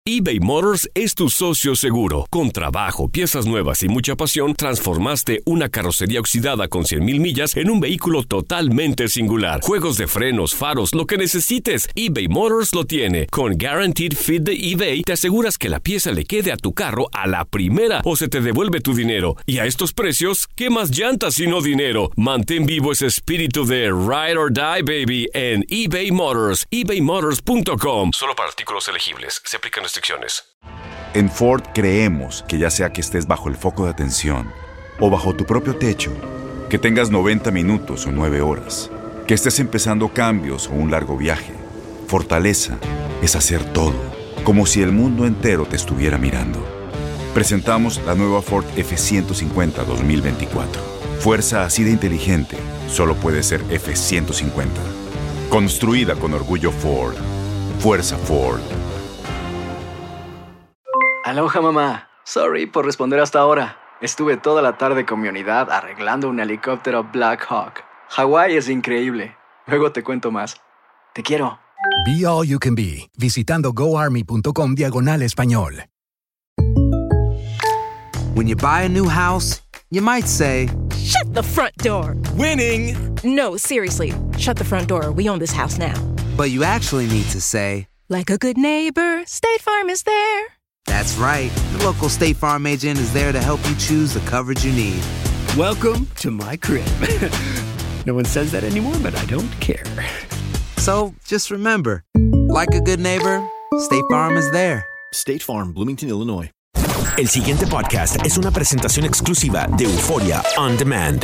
eBay Motors es tu socio seguro. Con trabajo, piezas nuevas y mucha pasión, transformaste una carrocería oxidada con 100,000 millas en un vehículo totalmente singular. Juegos de frenos, faros, lo que necesites, eBay Motors lo tiene. Con Guaranteed Fit de eBay, te aseguras que la pieza le quede a tu carro a la primera o se te devuelve tu dinero. Y a estos precios, ¿qué más llantas sino dinero? Mantén vivo ese espíritu de Ride or Die, baby, en eBay Motors. ebaymotors.com. Solo para artículos elegibles. Se aplican restricciones. En Ford creemos que ya sea que estés bajo el foco de atención o bajo tu propio techo, que tengas 90 minutos o 9 horas, que estés empezando cambios o un largo viaje, fortaleza es hacer todo, como si el mundo entero te estuviera mirando. Presentamos la nueva Ford F-150 2024. Fuerza así de inteligente solo puede ser F-150. Construida con orgullo Ford. Fuerza Ford. Aloha, mamá. Sorry por responder hasta ahora. Estuve toda la tarde con mi unidad arreglando un helicóptero Black Hawk. Hawái es increíble. Luego te cuento más. Te quiero. Be All You Can Be, visitando goarmy.com/español. When you buy a new house, you might say, "Shut the front door!" Winning! No, seriously. Shut the front door. We own this house now. But you actually need to say, like a good neighbor, State Farm is there. That's right. The local State Farm agent is there to help you choose the coverage you need. Welcome to my crib. No one says that anymore, but I don't care. So, just remember, like a good neighbor, State Farm is there. State Farm, Bloomington, Illinois. El siguiente podcast es una presentación exclusiva de Euphoria On Demand.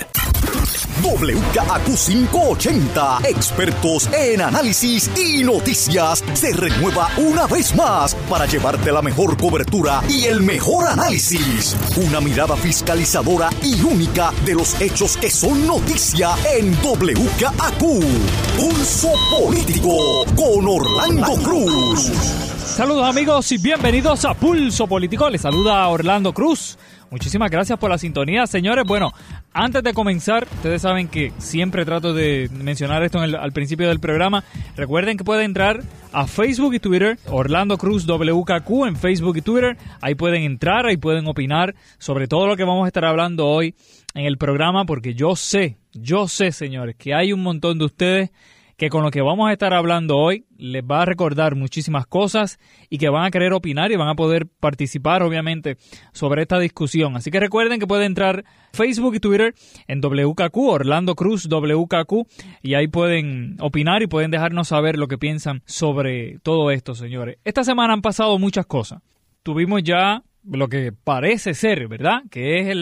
WKAQ 580, expertos en análisis y noticias, se renueva una vez más para llevarte la mejor cobertura y el mejor análisis. Una mirada fiscalizadora y única de los hechos que son noticia en WKAQ. Pulso Político con Orlando Cruz. Saludos amigos y bienvenidos a Pulso Político. Les saluda Orlando Cruz. Muchísimas gracias por la sintonía, señores. Bueno, antes de comenzar, ustedes saben que siempre trato de mencionar esto al principio del programa. Recuerden que pueden entrar a Facebook y Twitter, Orlando Cruz WKQ en Facebook y Twitter. Ahí pueden entrar, ahí pueden opinar sobre todo lo que vamos a estar hablando hoy en el programa, porque yo sé, señores, que hay un montón de ustedes que con lo que vamos a estar hablando hoy les va a recordar muchísimas cosas y que van a querer opinar y van a poder participar, obviamente, sobre esta discusión. Así que recuerden que pueden entrar Facebook y Twitter en WKQ, Orlando Cruz WKQ, y ahí pueden opinar y pueden dejarnos saber lo que piensan sobre todo esto, señores. Esta semana han pasado muchas cosas. Tuvimos ya lo que parece ser, ¿verdad?, que es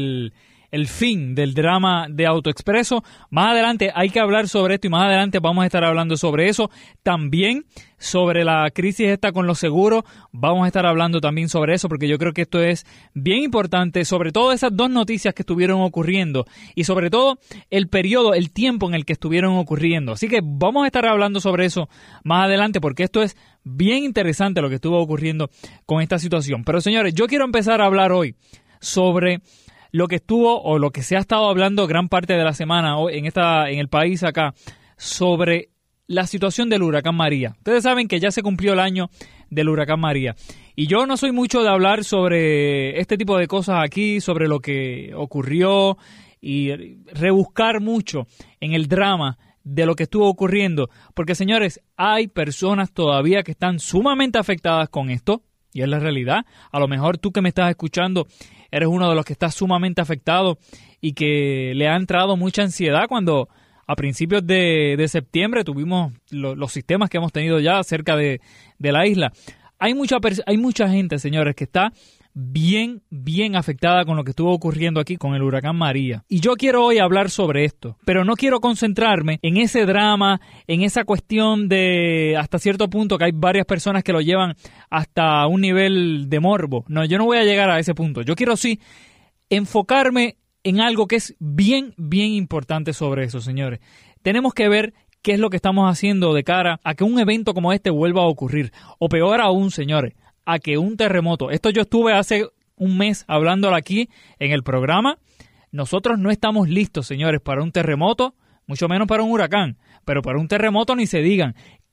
el fin del drama de AutoExpreso. Más adelante hay que hablar sobre esto y más adelante vamos a estar hablando sobre eso. También sobre la crisis esta con los seguros, vamos a estar hablando también sobre eso, porque yo creo que esto es bien importante, sobre todo esas dos noticias que estuvieron ocurriendo y sobre todo el periodo, el tiempo en el que estuvieron ocurriendo. Así que vamos a estar hablando sobre eso más adelante, porque esto es bien interesante lo que estuvo ocurriendo con esta situación. Pero señores, yo quiero empezar a hablar hoy sobre lo que estuvo o lo que se ha estado hablando gran parte de la semana en el país acá sobre la situación del huracán María. Ustedes saben que ya se cumplió el año del huracán María. Y yo no soy mucho de hablar sobre este tipo de cosas aquí, sobre lo que ocurrió y rebuscar mucho en el drama de lo que estuvo ocurriendo. Porque, señores, hay personas todavía que están sumamente afectadas con esto. Y es la realidad. A lo mejor tú que me estás escuchando eres uno de los que está sumamente afectado y que le ha entrado mucha ansiedad cuando a principios de septiembre tuvimos los sistemas que hemos tenido ya cerca de la isla. Hay mucha gente, señores, que está bien afectada con lo que estuvo ocurriendo aquí con el huracán María. Y yo quiero hoy hablar sobre esto, pero no quiero concentrarme en ese drama, en esa cuestión de hasta cierto punto que hay varias personas que lo llevan hasta un nivel de morbo. No, yo no voy a llegar a ese punto. Yo quiero sí enfocarme en algo que es bien importante sobre eso, señores. Tenemos que ver qué es lo que estamos haciendo de cara a que un evento como este vuelva a ocurrir. O peor aún, señores, a que un terremoto. Esto yo estuve hace un mes hablándolo aquí en el programa. Nosotros no estamos listos, señores, para un terremoto, mucho menos para un huracán. Pero para un terremoto ni se digan.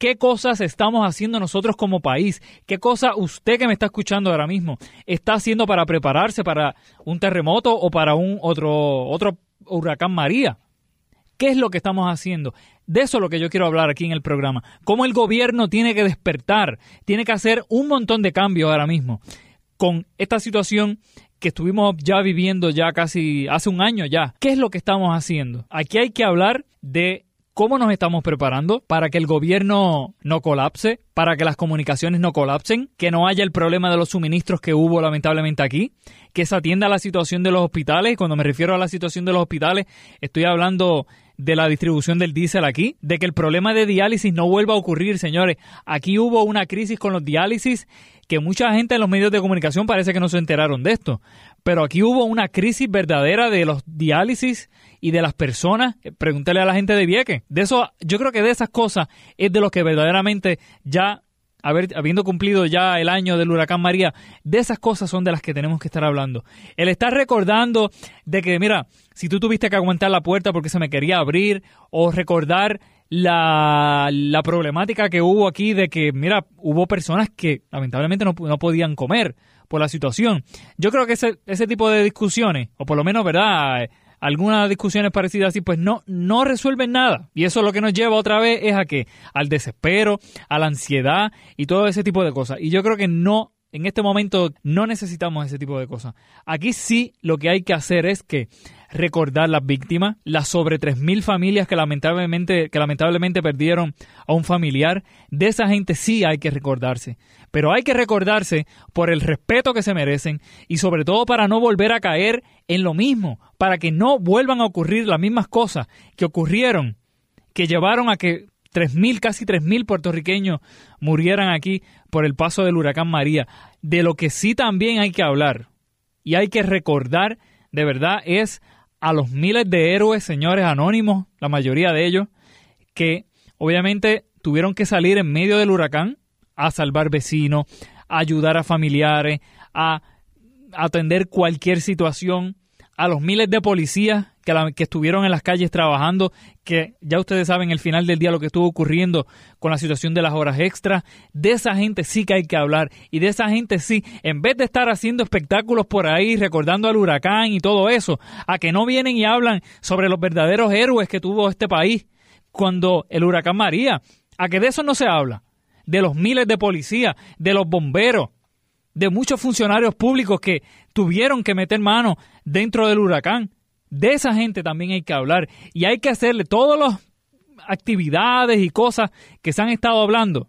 ¿Qué cosas estamos haciendo nosotros como país? ¿Qué cosa usted que me está escuchando ahora mismo está haciendo para prepararse para un terremoto o para un otro huracán María? ¿Qué es lo que estamos haciendo? De eso es lo que yo quiero hablar aquí en el programa. Cómo el gobierno tiene que despertar, tiene que hacer un montón de cambios ahora mismo con esta situación que estuvimos ya viviendo ya casi hace un año ya. ¿Qué es lo que estamos haciendo? Aquí hay que hablar de cómo nos estamos preparando para que el gobierno no colapse, para que las comunicaciones no colapsen, que no haya el problema de los suministros que hubo lamentablemente aquí, que se atienda la situación de los hospitales. Cuando me refiero a la situación de los hospitales, estoy hablando de la distribución del diésel aquí, de que el problema de diálisis no vuelva a ocurrir, señores. Aquí hubo una crisis con los diálisis que mucha gente en los medios de comunicación parece que no se enteraron de esto, pero aquí hubo una crisis verdadera de los diálisis y de las personas. Pregúntale a la gente de Vieques. De eso, yo creo que de esas cosas es de los que verdaderamente ya, habiendo cumplido ya el año del huracán María, de esas cosas son de las que tenemos que estar hablando. El estar recordando de que, mira, si tú tuviste que aguantar la puerta porque se me quería abrir, o recordar la problemática que hubo aquí de que, mira, hubo personas que lamentablemente no podían comer por la situación. Yo creo que ese tipo de discusiones, o por lo menos, ¿verdad?, algunas discusiones parecidas así, pues no resuelven nada. Y eso lo que nos lleva otra vez es al desespero, a la ansiedad y todo ese tipo de cosas. Y yo creo que en este momento no necesitamos ese tipo de cosas. Aquí sí lo que hay que hacer es que recordar las víctimas, las sobre 3,000 familias que lamentablemente perdieron a un familiar. De esa gente sí hay que recordarse. Pero hay que recordarse por el respeto que se merecen y sobre todo para no volver a caer en lo mismo, para que no vuelvan a ocurrir las mismas cosas que ocurrieron, que llevaron a que casi 3,000 puertorriqueños murieran aquí por el paso del huracán María. De lo que sí también hay que hablar y hay que recordar de verdad es a los miles de héroes, señores anónimos, la mayoría de ellos, que obviamente tuvieron que salir en medio del huracán a salvar vecinos, a ayudar a familiares, a atender cualquier situación, a los miles de policías que estuvieron en las calles trabajando, que ya ustedes saben el final del día lo que estuvo ocurriendo con la situación de las horas extras. De esa gente sí que hay que hablar, y de esa gente sí, en vez de estar haciendo espectáculos por ahí recordando al huracán y todo eso, a que no vienen y hablan sobre los verdaderos héroes que tuvo este país cuando el huracán María, a que de eso no se habla, de los miles de policías, de los bomberos, de muchos funcionarios públicos que tuvieron que meter mano dentro del huracán. De esa gente también hay que hablar, y hay que hacerle todas las actividades y cosas que se han estado hablando.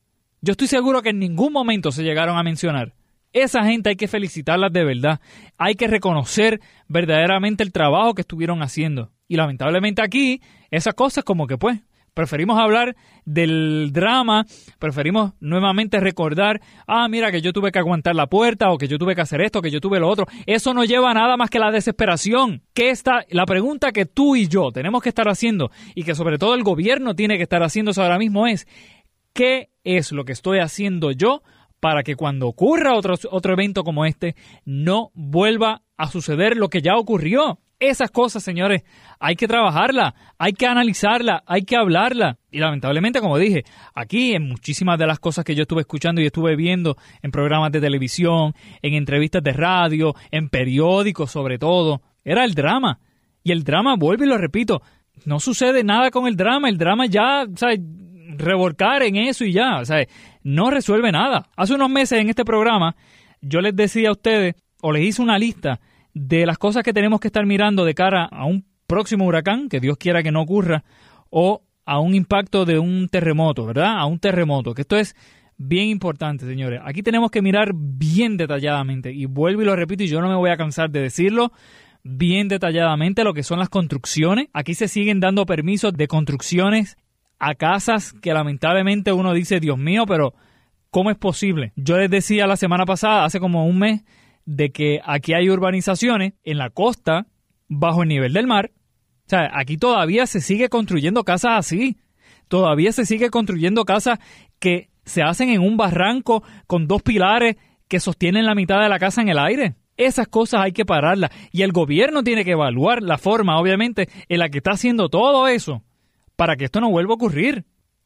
Yo estoy seguro que en ningún momento se llegaron a mencionar. Esa gente hay que felicitarlas de verdad. Hay que reconocer verdaderamente el trabajo que estuvieron haciendo. Y lamentablemente aquí, esas cosas como que pues preferimos hablar del drama, preferimos nuevamente recordar, mira que yo tuve que aguantar la puerta, o que yo tuve que hacer esto, que yo tuve lo otro. Eso no lleva a nada más que la desesperación. La pregunta que tú y yo tenemos que estar haciendo, y que sobre todo el gobierno tiene que estar haciendo ahora mismo es, ¿qué es lo que estoy haciendo yo para que cuando ocurra otro evento como este, no vuelva a suceder lo que ya ocurrió? Esas cosas, señores, hay que trabajarlas, hay que analizarlas, hay que hablarlas. Y lamentablemente, como dije, aquí en muchísimas de las cosas que yo estuve escuchando y estuve viendo en programas de televisión, en entrevistas de radio, en periódicos sobre todo, era el drama. Y el drama, vuelvo y lo repito, no sucede nada con el drama ya, o sea, revolcar en eso y ya, o sea, no resuelve nada. Hace unos meses en este programa yo les decía a ustedes, o les hice una lista de las cosas que tenemos que estar mirando de cara a un próximo huracán, que Dios quiera que no ocurra, o a un impacto de un terremoto, ¿verdad? A un terremoto, que esto es bien importante, señores. Aquí tenemos que mirar bien detalladamente, y vuelvo y lo repito, y yo no me voy a cansar de decirlo, bien detalladamente lo que son las construcciones. Aquí se siguen dando permisos de construcciones a casas que lamentablemente uno dice, Dios mío, pero ¿cómo es posible? Yo les decía la semana pasada, hace como un mes, de que aquí hay urbanizaciones en la costa bajo el nivel del mar. O sea, aquí todavía se sigue construyendo casas así. Todavía se sigue construyendo casas que se hacen en un barranco con 2 pilares que sostienen la mitad de la casa en el aire. Esas cosas hay que pararlas. Y el gobierno tiene que evaluar la forma, obviamente, en la que está haciendo todo eso para que esto no vuelva a ocurrir.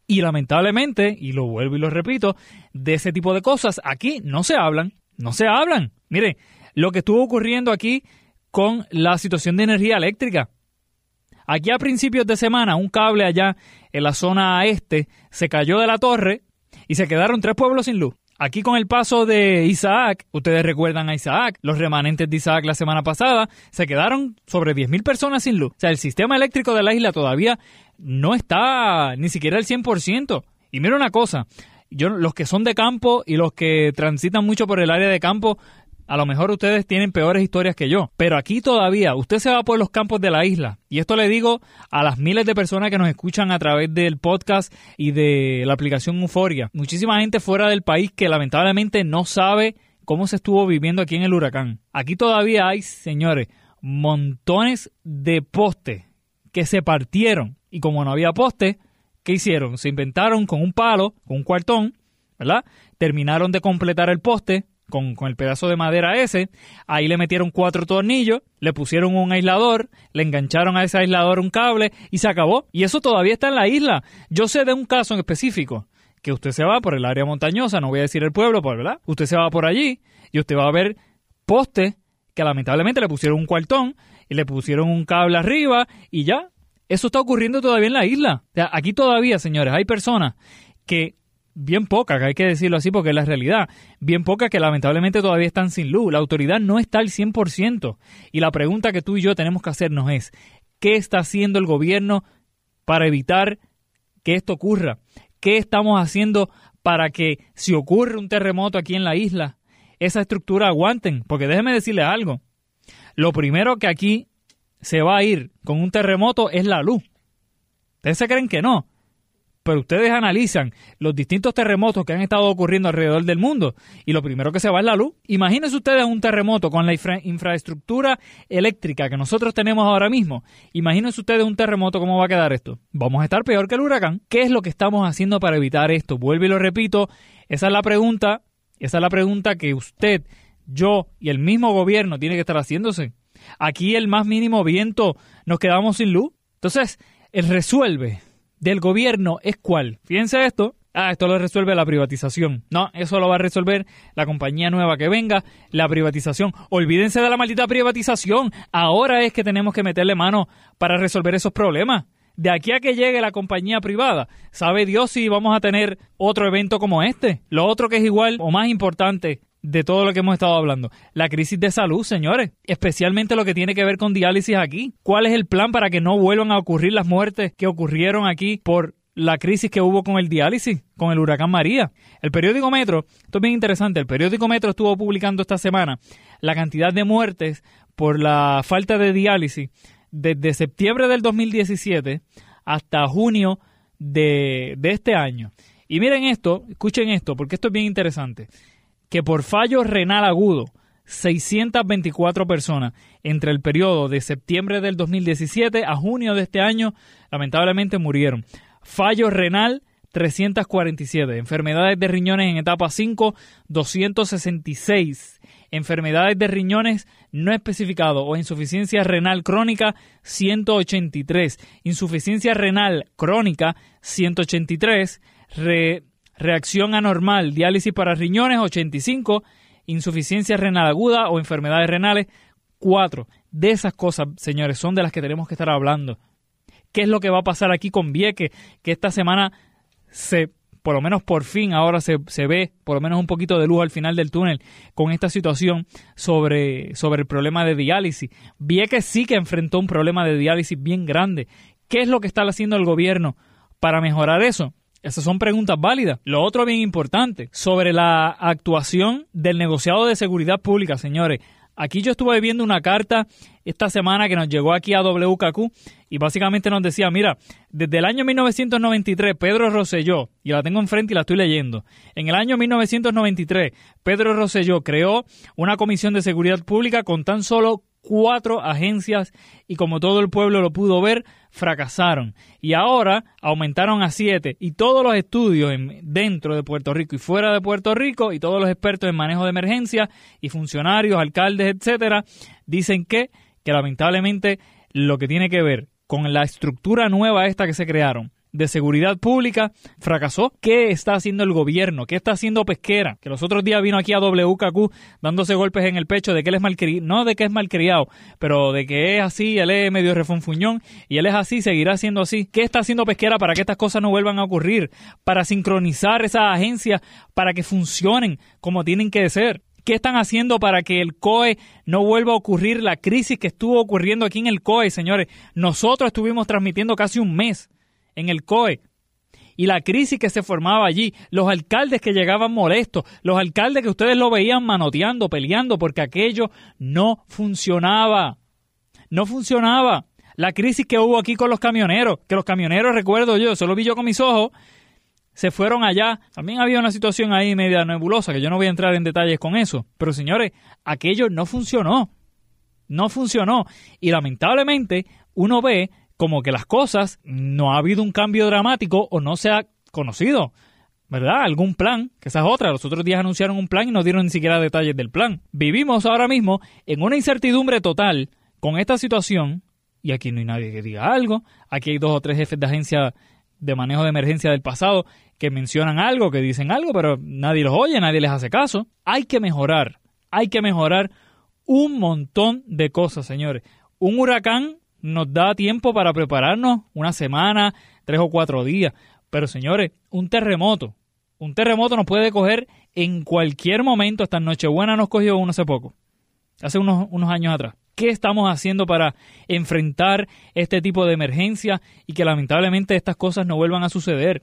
Y lamentablemente, y lo vuelvo y lo repito, de ese tipo de cosas aquí no se hablan. Mire, lo que estuvo ocurriendo aquí con la situación de energía eléctrica. Aquí a principios de semana, un cable allá en la zona este se cayó de la torre y se quedaron 3 pueblos sin luz. Aquí con el paso de Isaac, ustedes recuerdan a Isaac, los remanentes de Isaac la semana pasada, se quedaron sobre 10,000 personas sin luz. O sea, el sistema eléctrico de la isla todavía no está ni siquiera al 100%. Y mira una cosa, los que son de campo y los que transitan mucho por el área de campo, a lo mejor ustedes tienen peores historias que yo, pero aquí todavía usted se va por los campos de la isla, y esto le digo a las miles de personas que nos escuchan a través del podcast y de la aplicación Euforia. Muchísima gente fuera del país que lamentablemente no sabe cómo se estuvo viviendo aquí en el huracán. Aquí todavía hay, señores, montones de postes que se partieron, y como no había postes, ¿qué hicieron? Se inventaron con un palo, con un cuartón, ¿verdad? Terminaron de completar el poste con el pedazo de madera ese, ahí le metieron 4 tornillos, le pusieron un aislador, le engancharon a ese aislador un cable y se acabó. Y eso todavía está en la isla. Yo sé de un caso en específico, que usted se va por el área montañosa, no voy a decir el pueblo, ¿verdad? Usted se va por allí y usted va a ver postes que lamentablemente le pusieron un cuartón y le pusieron un cable arriba y ya. Eso está ocurriendo todavía en la isla. O sea, aquí todavía, señores, hay personas que, bien pocas, que hay que decirlo así porque es la realidad, bien pocas que lamentablemente todavía están sin luz. La autoridad no está al 100%. Y la pregunta que tú y yo tenemos que hacernos es, ¿qué está haciendo el gobierno para evitar que esto ocurra? ¿Qué estamos haciendo para que si ocurre un terremoto aquí en la isla, esa estructura aguanten? Porque déjeme decirle algo. Lo primero que aquí se va a ir con un terremoto es la luz. Ustedes se creen que no, pero ustedes analizan los distintos terremotos que han estado ocurriendo alrededor del mundo y lo primero que se va es la luz. Imagínense ustedes un terremoto con la infraestructura eléctrica que nosotros tenemos ahora mismo. Imagínense ustedes un terremoto, ¿cómo va a quedar esto? Vamos a estar peor que el huracán. ¿Qué es lo que estamos haciendo para evitar esto? Vuelvo y lo repito, esa es la pregunta que usted, yo y el mismo gobierno tiene que estar haciéndose. Aquí el más mínimo viento nos quedamos sin luz. Entonces, el resuelve del gobierno es ¿cuál? Fíjense esto. Esto lo resuelve la privatización. No, eso lo va a resolver la compañía nueva que venga, la privatización. Olvídense de la maldita privatización. Ahora es que tenemos que meterle mano para resolver esos problemas. De aquí a que llegue la compañía privada, sabe Dios si vamos a tener otro evento como este. Lo otro que es igual o más importante de todo lo que hemos estado hablando, la crisis de salud, señores, especialmente lo que tiene que ver con diálisis aquí. ¿Cuál es el plan para que no vuelvan a ocurrir las muertes que ocurrieron aquí por la crisis que hubo con el diálisis, con el huracán María? El periódico Metro, esto es bien interesante, el periódico Metro estuvo publicando esta semana la cantidad de muertes por la falta de diálisis desde septiembre del 2017 hasta junio de este año. Y miren esto, escuchen esto, porque esto es bien interesante, que por fallo renal agudo, 624 personas entre el periodo de septiembre del 2017 a junio de este año lamentablemente murieron. Fallo renal, 347. Enfermedades de riñones en etapa 5, 266. Enfermedades de riñones no especificado o insuficiencia renal crónica, 183. Insuficiencia renal crónica, 183. Reacción anormal, diálisis para riñones, 85, insuficiencia renal aguda o enfermedades renales, 4. De esas cosas, señores, son de las que tenemos que estar hablando. ¿Qué es lo que va a pasar aquí con Vieques? Que esta semana por lo menos por fin, ahora se ve por lo menos un poquito de luz al final del túnel con esta situación sobre el problema de diálisis. Vieques sí que enfrentó un problema de diálisis bien grande. ¿Qué es lo que está haciendo el gobierno para mejorar eso? Esas son preguntas válidas. Lo otro bien importante, sobre la actuación del negociado de seguridad pública, señores. Aquí yo estuve viendo una carta esta semana que nos llegó aquí a WKQ y básicamente nos decía, mira, desde el año 1993, Pedro Rosselló, y la tengo enfrente y la estoy leyendo, en el año 1993, Pedro Rosselló creó una comisión de seguridad pública con tan solo 4 agencias y como todo el pueblo lo pudo ver, fracasaron. Y ahora aumentaron a 7 y todos los estudios dentro de Puerto Rico y fuera de Puerto Rico y todos los expertos en manejo de emergencia y funcionarios, alcaldes, etcétera, dicen que lamentablemente lo que tiene que ver con la estructura nueva esta que se crearon de seguridad pública fracasó. ¿Qué está haciendo el gobierno? ¿Qué está haciendo Pesquera? Que los otros días vino aquí a WKQ dándose golpes en el pecho de que él es malcriado, no de que es malcriado, pero de que es así, él es medio refunfuñón y él es así, seguirá siendo así. ¿Qué está haciendo Pesquera para que estas cosas no vuelvan a ocurrir? Para sincronizar esas agencias para que funcionen como tienen que ser. ¿Qué están haciendo para que el COE no vuelva a ocurrir la crisis que estuvo ocurriendo aquí en el COE, señores? Nosotros estuvimos transmitiendo casi un mes en el COE y la crisis que se formaba allí, los alcaldes que llegaban molestos, los alcaldes que ustedes lo veían manoteando, peleando, porque aquello no funcionaba. No funcionaba. La crisis que hubo aquí con los camioneros, que los camioneros, recuerdo yo, eso lo vi yo con mis ojos, se fueron allá. También había una situación ahí media nebulosa, que yo no voy a entrar en detalles con eso. Pero señores, aquello no funcionó. No funcionó. Y lamentablemente uno ve como que las cosas, no ha habido un cambio dramático o no se ha conocido, ¿verdad? Algún plan, que esa es otra. Los otros días anunciaron un plan y no dieron ni siquiera detalles del plan. Vivimos ahora mismo en una incertidumbre total con esta situación y aquí no hay nadie que diga algo. Aquí hay 2 o 3 jefes de agencia de manejo de emergencia del pasado que mencionan algo, que dicen algo, pero nadie los oye, nadie les hace caso. Hay que mejorar un montón de cosas, señores. Un huracán nos da tiempo para prepararnos una semana, 3 o 4 días. Pero, señores, un terremoto nos puede coger en cualquier momento. Hasta en Nochebuena nos cogió uno hace poco, hace unos años atrás. ¿Qué estamos haciendo para enfrentar este tipo de emergencia y que lamentablemente estas cosas no vuelvan a suceder?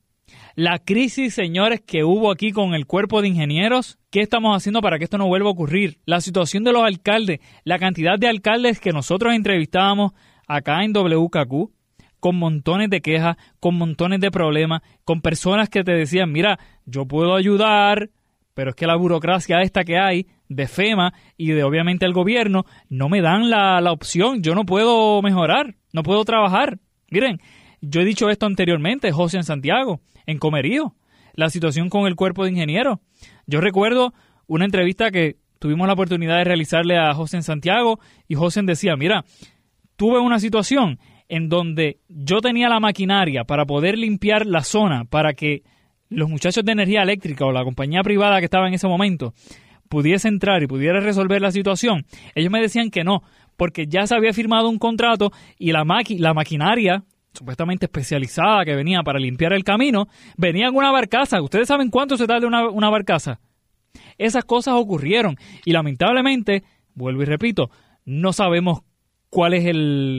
La crisis, señores, que hubo aquí con el cuerpo de ingenieros, ¿qué estamos haciendo para que esto no vuelva a ocurrir? La situación de los alcaldes, la cantidad de alcaldes que nosotros entrevistábamos acá en WKQ, con montones de quejas, con montones de problemas, con personas que te decían, mira, yo puedo ayudar, pero es que la burocracia esta que hay de FEMA y de obviamente el gobierno no me dan la opción, yo no puedo mejorar, no puedo trabajar. Miren, yo he dicho esto anteriormente, José en Santiago, en Comerío, la situación con el cuerpo de ingenieros. Yo recuerdo una entrevista que tuvimos la oportunidad de realizarle a José en Santiago y José decía, mira, tuve una situación en donde yo tenía la maquinaria para poder limpiar la zona para que los muchachos de energía eléctrica o la compañía privada que estaba en ese momento pudiese entrar y pudiera resolver la situación. Ellos me decían que no, porque ya se había firmado un contrato y la maquinaria supuestamente especializada que venía para limpiar el camino, venía en una barcaza. ¿Ustedes saben cuánto se tarda una barcaza? Esas cosas ocurrieron y lamentablemente, vuelvo y repito, no sabemos cuál es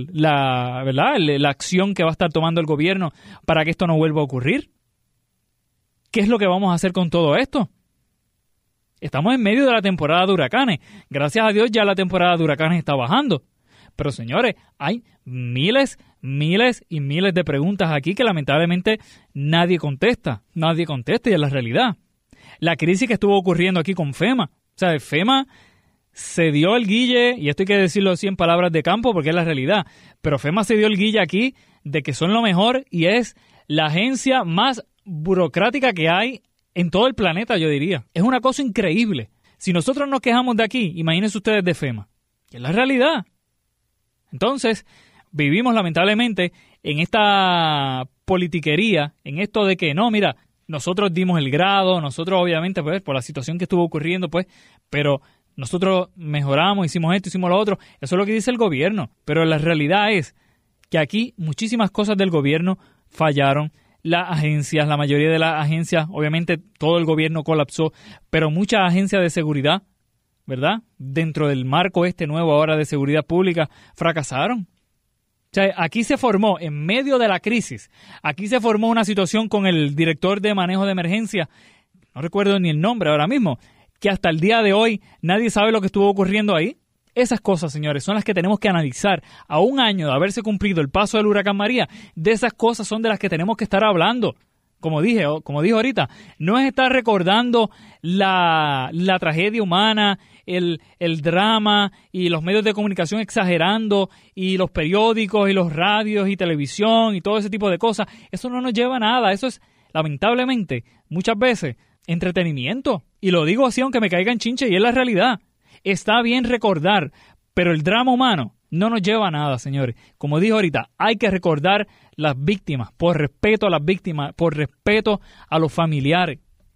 la acción que va a estar tomando el gobierno para que esto no vuelva a ocurrir. ¿Qué es lo que vamos a hacer con todo esto? Estamos en medio de la temporada de huracanes. Gracias a Dios ya la temporada de huracanes está bajando. Pero señores, hay miles y miles de preguntas aquí que lamentablemente nadie contesta. Nadie contesta y es la realidad. La crisis que estuvo ocurriendo aquí con FEMA. O sea, FEMA se dio el guille, y esto hay que decirlo así en palabras de campo porque es la realidad, pero FEMA se dio el guille aquí de que son lo mejor y es la agencia más burocrática que hay en todo el planeta, yo diría. Es una cosa increíble. Si nosotros nos quejamos de aquí, imagínense ustedes de FEMA. Que es la realidad. Entonces, vivimos lamentablemente en esta politiquería, en esto de que no, mira, nosotros dimos el grado, nosotros obviamente pues por la situación que estuvo ocurriendo pues, pero nosotros mejoramos, hicimos esto, hicimos lo otro. Eso es lo que dice el gobierno, pero la realidad es que aquí muchísimas cosas del gobierno fallaron. Las agencias, la mayoría de las agencias, obviamente todo el gobierno colapsó, pero muchas agencias de seguridad, ¿verdad? Dentro del marco nuevo ahora de seguridad pública, fracasaron. O sea, aquí se formó, en medio de la crisis, aquí se formó una situación con el director de manejo de emergencia, no recuerdo ni el nombre ahora mismo, que hasta el día de hoy nadie sabe lo que estuvo ocurriendo ahí. Esas cosas, señores, son las que tenemos que analizar. A un año de haberse cumplido el paso del huracán María, de esas cosas son de las que tenemos que estar hablando. Como dije ahorita, no es estar recordando la tragedia humana, el drama y los medios de comunicación exagerando y los periódicos y los radios y televisión y todo ese tipo de cosas. Eso no nos lleva a nada. Eso es, lamentablemente, muchas veces, entretenimiento. Y lo digo así aunque me caiga en chinche y es la realidad. Está bien recordar, pero el drama humano, no nos lleva a nada, señores. Como dije ahorita, hay que recordar las víctimas, por respeto a las víctimas, por respeto a los familiares.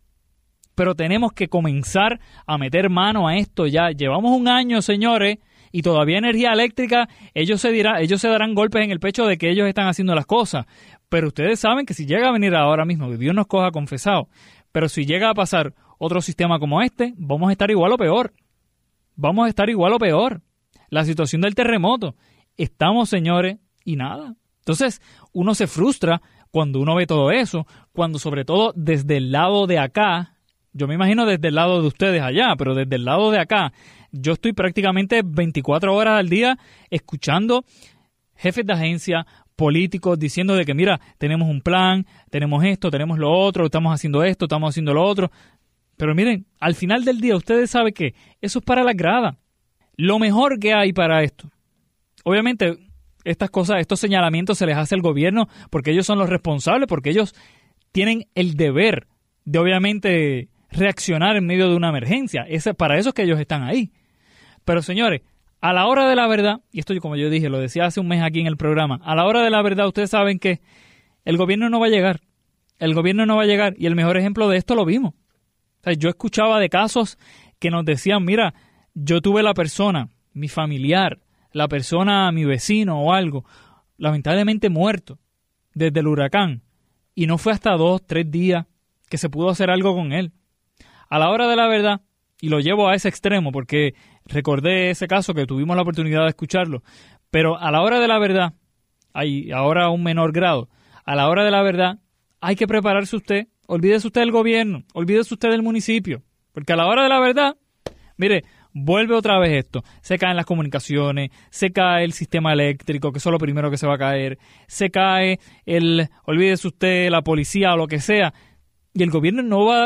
Pero tenemos que comenzar a meter mano a esto ya. Llevamos un año, señores, y todavía energía eléctrica, ellos se darán golpes en el pecho de que ellos están haciendo las cosas. Pero ustedes saben que si llega a venir ahora mismo, que Dios nos coja confesado, pero si llega a pasar otro sistema como este, vamos a estar igual o peor. Vamos a estar igual o peor. La situación del terremoto. Estamos, señores, y nada. Entonces, uno se frustra cuando uno ve todo eso, cuando sobre todo desde el lado de acá, yo me imagino desde el lado de ustedes allá, pero desde el lado de acá, yo estoy prácticamente 24 horas al día escuchando jefes de agencia, políticos diciendo de que mira, tenemos un plan, tenemos esto, tenemos lo otro, estamos haciendo esto, estamos haciendo lo otro. Pero miren, al final del día ustedes saben que eso es para la grada. Lo mejor que hay para esto. Obviamente, estas cosas, estos señalamientos se les hace al gobierno porque ellos son los responsables, porque ellos tienen el deber de obviamente reaccionar en medio de una emergencia. Para eso es que ellos están ahí. Pero señores, a la hora de la verdad, y esto como yo dije, lo decía hace un mes aquí en el programa, a la hora de la verdad ustedes saben que el gobierno no va a llegar. El gobierno no va a llegar y el mejor ejemplo de esto lo vimos. O sea, yo escuchaba de casos que nos decían, mira, yo tuve la persona, mi familiar, la persona, mi vecino o algo, lamentablemente muerto desde el huracán. Y no fue hasta 2, 3 días que se pudo hacer algo con él. A la hora de la verdad, y lo llevo a ese extremo porque recordé ese caso que tuvimos la oportunidad de escucharlo, pero a la hora de la verdad, hay ahora a un menor grado, a la hora de la verdad hay que prepararse usted, olvídese usted del gobierno, olvídese usted del municipio, porque a la hora de la verdad, mire, vuelve otra vez esto, se caen las comunicaciones, se cae el sistema eléctrico, que eso es lo primero que se va a caer, se cae olvídese usted, la policía o lo que sea, y el gobierno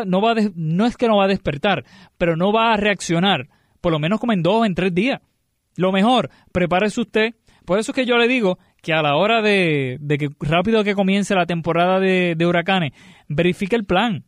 no es que no va a despertar, pero no va a reaccionar, por lo menos como en 2 o en 3 días. Lo mejor, prepárese usted. Por eso es que yo le digo que a la hora de que rápido que comience la temporada de huracanes, verifique el plan.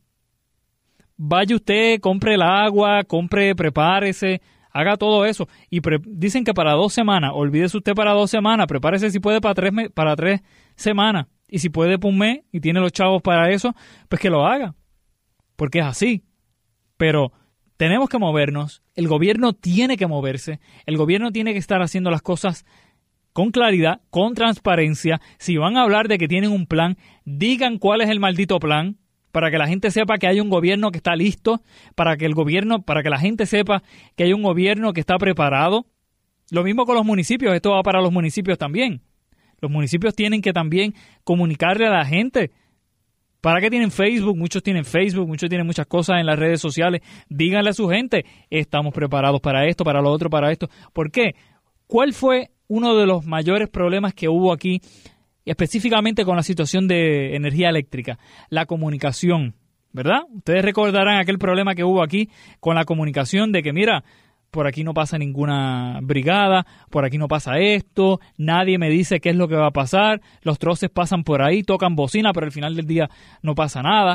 Vaya usted, compre el agua, prepárese, haga todo eso. Y dicen que para 2 semanas, olvídese usted para 2 semanas, prepárese si puede para 3 semanas. Y si puede por un mes y tiene los chavos para eso, pues que lo haga. Porque es así. Pero tenemos que movernos. El gobierno tiene que moverse. El gobierno tiene que estar haciendo las cosas con claridad, con transparencia. Si van a hablar de que tienen un plan, digan cuál es el maldito plan para que la gente sepa que hay un gobierno que está listo, para que la gente sepa que hay un gobierno que está preparado. Lo mismo con los municipios. Esto va para los municipios también. Los municipios tienen que también comunicarle a la gente. ¿Para qué tienen Facebook? Muchos tienen Facebook, muchos tienen muchas cosas en las redes sociales. Díganle a su gente, estamos preparados para esto, para lo otro, para esto. ¿Por qué? ¿Cuál fue uno de los mayores problemas que hubo aquí, específicamente con la situación de energía eléctrica? La comunicación, ¿verdad? Ustedes recordarán aquel problema que hubo aquí con la comunicación de que, mira, por aquí no pasa ninguna brigada, por aquí no pasa esto, nadie me dice qué es lo que va a pasar, los troces pasan por ahí, tocan bocina, pero al final del día no pasa nada.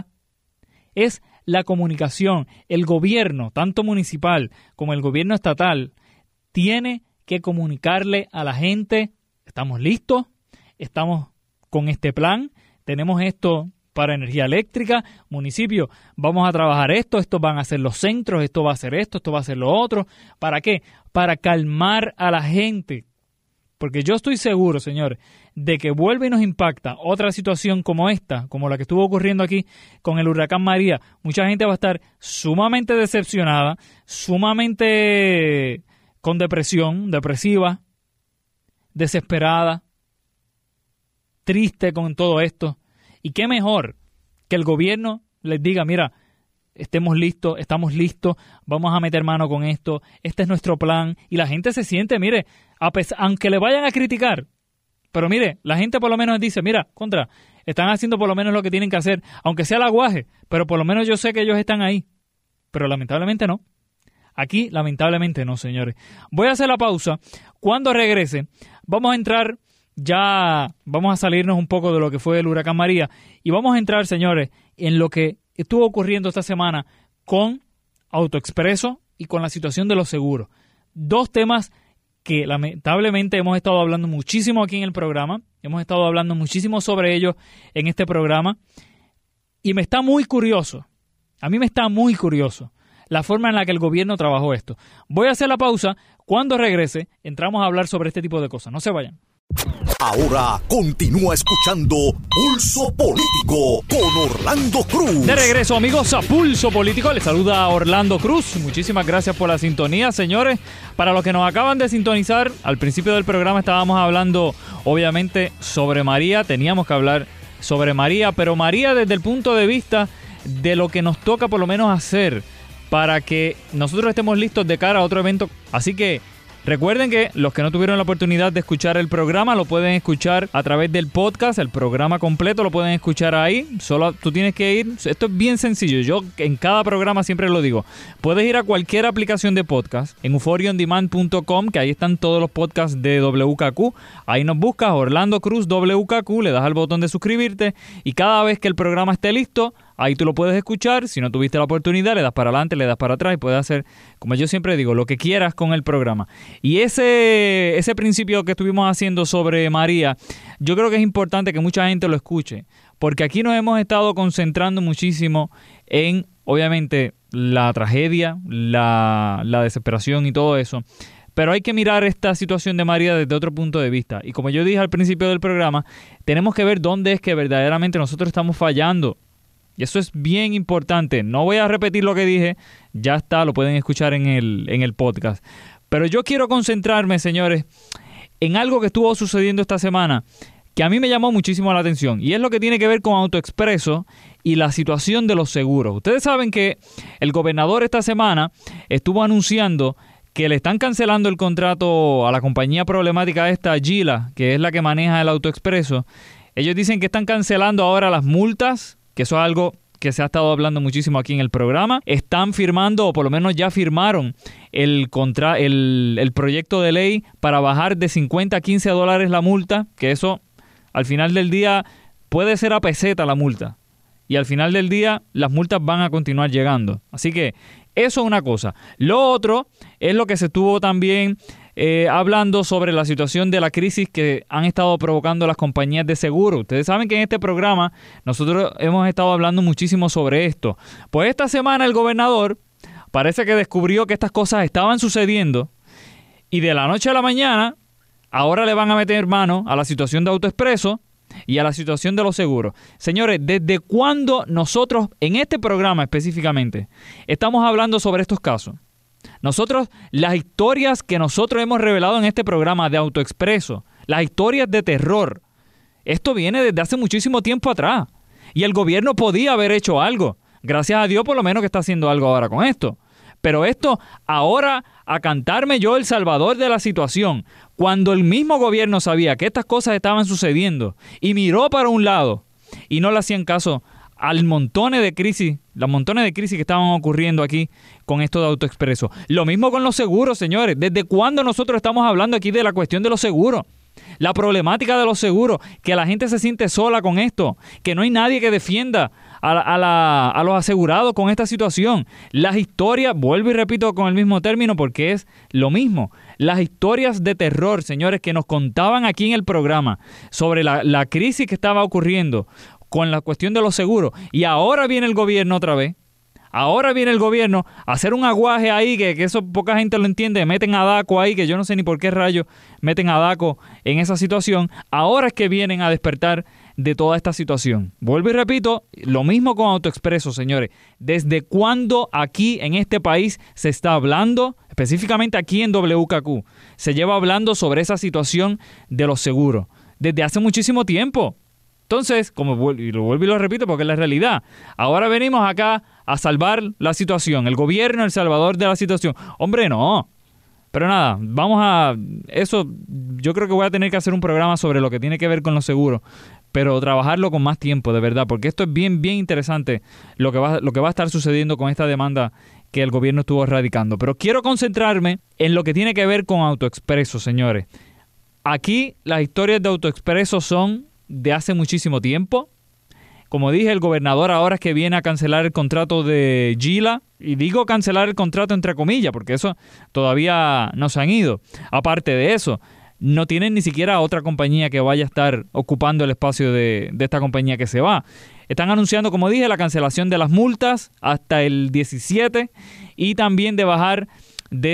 Es la comunicación. El gobierno, tanto municipal como el gobierno estatal, tiene que comunicarle a la gente, estamos listos, estamos con este plan, tenemos esto para energía eléctrica, municipio, vamos a trabajar esto van a ser los centros, esto va a ser esto va a ser lo otro. ¿Para qué? Para calmar a la gente. Porque yo estoy seguro, señores, de que vuelve y nos impacta otra situación como esta, como la que estuvo ocurriendo aquí con el huracán María. Mucha gente va a estar sumamente decepcionada, sumamente con depresión, depresiva, desesperada, triste con todo esto. Y qué mejor que el gobierno les diga, mira, estamos listos, vamos a meter mano con esto, este es nuestro plan. Y la gente se siente, mire, aunque le vayan a criticar, pero mire, la gente por lo menos dice, mira, están haciendo por lo menos lo que tienen que hacer, aunque sea el aguaje, pero por lo menos yo sé que ellos están ahí. Pero lamentablemente no. Aquí, lamentablemente no, señores. Voy a hacer la pausa. Cuando regrese, vamos a entrar... Ya vamos a salirnos un poco de lo que fue el huracán María y vamos a entrar, señores, en lo que estuvo ocurriendo esta semana con AutoExpreso y con la situación de los seguros. 2 temas que lamentablemente hemos estado hablando muchísimo aquí en el programa. Hemos estado hablando muchísimo sobre ellos en este programa. Y me está muy curioso. A mí me está muy curioso la forma en la que el gobierno trabajó esto. Voy a hacer la pausa. Cuando regrese, entramos a hablar sobre este tipo de cosas. No se vayan. Ahora continúa escuchando Pulso Político con Orlando Cruz. De regreso, amigos, a Pulso Político. Les saluda Orlando Cruz. Muchísimas gracias por la sintonía, señores. Para los que nos acaban de sintonizar, al principio del programa estábamos hablando, obviamente, sobre María. Teníamos que hablar sobre María, pero María desde el punto de vista de lo que nos toca por lo menos hacer para que nosotros estemos listos de cara a otro evento. Así que recuerden que los que no tuvieron la oportunidad de escuchar el programa lo pueden escuchar a través del podcast. El programa completo lo pueden escuchar ahí. Solo tú tienes que ir. Esto es bien sencillo. Yo en cada programa siempre lo digo. Puedes ir a cualquier aplicación de podcast en euphoriaondemand.com, que ahí están todos los podcasts de WKQ. Ahí nos buscas Orlando Cruz WKQ, le das al botón de suscribirte y cada vez que el programa esté listo, ahí tú lo puedes escuchar. Si no tuviste la oportunidad, le das para adelante, le das para atrás y puedes hacer, como yo siempre digo, lo que quieras con el programa. Y ese principio que estuvimos haciendo sobre María, yo creo que es importante que mucha gente lo escuche, porque aquí nos hemos estado concentrando muchísimo en, obviamente, la tragedia, la desesperación y todo eso. Pero hay que mirar esta situación de María desde otro punto de vista. Y como yo dije al principio del programa, tenemos que ver dónde es que verdaderamente nosotros estamos fallando. Y eso es bien importante. No voy a repetir lo que dije, ya está, lo pueden escuchar en el podcast. Pero yo quiero concentrarme, señores, en algo que estuvo sucediendo esta semana, que a mí me llamó muchísimo la atención. Y es lo que tiene que ver con AutoExpreso y la situación de los seguros. Ustedes saben que el gobernador esta semana estuvo anunciando que le están cancelando el contrato a la compañía problemática esta, Gila, que es la que maneja el AutoExpreso. Ellos dicen que están cancelando ahora las multas, que eso es algo que se ha estado hablando muchísimo aquí en el programa. Están firmando, o por lo menos ya firmaron, el proyecto de ley para bajar de $50 a $15 la multa, que eso al final del día puede ser a peseta la multa. Y al final del día las multas van a continuar llegando. Así que eso es una cosa. Lo otro es lo que se estuvo también hablando sobre la situación de la crisis que han estado provocando las compañías de seguro. Ustedes saben que en este programa nosotros hemos estado hablando muchísimo sobre esto. Pues esta semana el gobernador parece que descubrió que estas cosas estaban sucediendo y de la noche a la mañana ahora le van a meter mano a la situación de AutoExpreso y a la situación de los seguros. Señores, ¿desde cuándo nosotros en este programa específicamente estamos hablando sobre estos casos? Nosotros, las historias que nosotros hemos revelado en este programa de AutoExpreso, las historias de terror, esto viene desde hace muchísimo tiempo atrás. Y el gobierno podía haber hecho algo. Gracias a Dios por lo menos que está haciendo algo ahora con esto. Pero esto, ahora, a cantarme yo el salvador de la situación, cuando el mismo gobierno sabía que estas cosas estaban sucediendo y miró para un lado y no le hacían caso al montones de crisis, las montones de crisis que estaban ocurriendo aquí con esto de AutoExpreso. Lo mismo con los seguros, señores. ¿Desde cuándo nosotros estamos hablando aquí de la cuestión de los seguros? La problemática de los seguros, que la gente se siente sola con esto, que no hay nadie que defienda a los asegurados con esta situación. Las historias, vuelvo y repito con el mismo término porque es lo mismo, las historias de terror, señores, que nos contaban aquí en el programa sobre la crisis que estaba ocurriendo con la cuestión de los seguros. Y ahora viene el gobierno otra vez. Ahora viene el gobierno a hacer un aguaje ahí, que eso poca gente lo entiende. Meten a DACO ahí, que yo no sé ni por qué rayos meten a DACO en esa situación. Ahora es que vienen a despertar de toda esta situación. Vuelvo y repito, lo mismo con AutoExpreso, señores. ¿Desde cuándo aquí en este país se está hablando, específicamente aquí en WKQ, se lleva hablando sobre esa situación de los seguros? Desde hace muchísimo tiempo. Entonces, lo vuelvo y lo repito porque es la realidad. Ahora venimos acá a salvar la situación. El gobierno, el salvador de la situación. Hombre, no. Pero nada, vamos a... Eso, yo creo que voy a tener que hacer un programa sobre lo que tiene que ver con los seguros. Pero trabajarlo con más tiempo, de verdad. Porque esto es bien, bien interesante lo que va a estar sucediendo con esta demanda que el gobierno estuvo radicando. Pero quiero concentrarme en lo que tiene que ver con AutoExpreso, señores. Aquí las historias de AutoExpreso son de hace muchísimo tiempo. Como dije, el gobernador ahora es que viene a cancelar el contrato de Gila, y digo cancelar el contrato entre comillas, porque eso todavía no se han ido. Aparte de eso, no tienen ni siquiera otra compañía que vaya a estar ocupando el espacio de esta compañía que se va. Están anunciando, como dije, la cancelación de las multas hasta el 17 y también de bajar de